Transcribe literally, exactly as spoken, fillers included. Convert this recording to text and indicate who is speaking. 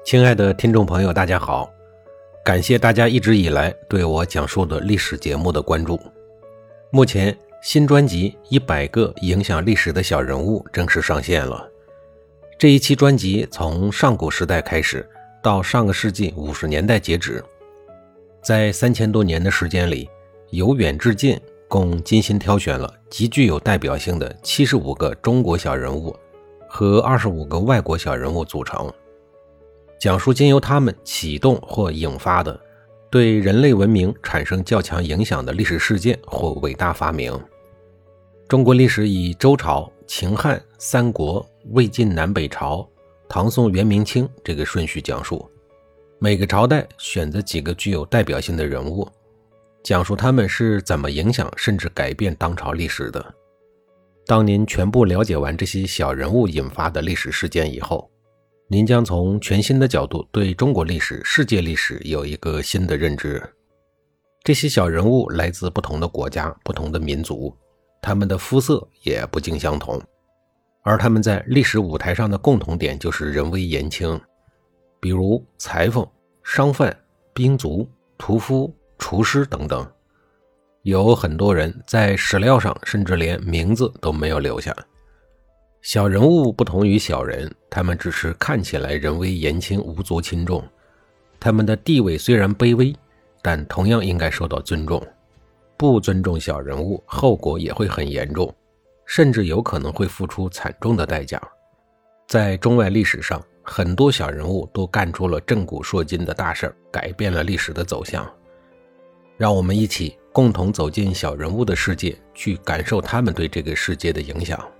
Speaker 1: 亲爱的听众朋友，大家好，感谢大家一直以来对我讲述的历史节目的关注。目前新专辑《一百个影响历史的小人物》正式上线了。这一期专辑从上古时代开始，到上个世纪五十年代截止，在三千多年的时间里，由远至近共精心挑选了极具有代表性的七十五个中国小人物和二十五个外国小人物组成，讲述经由他们启动或引发的对人类文明产生较强影响的历史事件或伟大发明。中国历史以周朝、秦汉、三国、魏晋南北朝、唐宋元明清这个顺序讲述，每个朝代选择几个具有代表性的人物，讲述他们是怎么影响甚至改变当朝历史的。当您全部了解完这些小人物引发的历史事件以后，您将从全新的角度对中国历史、世界历史有一个新的认知。这些小人物来自不同的国家、不同的民族，他们的肤色也不尽相同，而他们在历史舞台上的共同点就是人微言轻，比如裁缝、商贩、兵卒、屠夫、厨师等等。有很多人在史料上甚至连名字都没有留下。小人物不同于小人，他们只是看起来人微言轻、无足轻重。他们的地位虽然卑微，但同样应该受到尊重。不尊重小人物，后果也会很严重，甚至有可能会付出惨重的代价。在中外历史上，很多小人物都干出了震古烁今的大事，改变了历史的走向。让我们一起共同走进小人物的世界，去感受他们对这个世界的影响。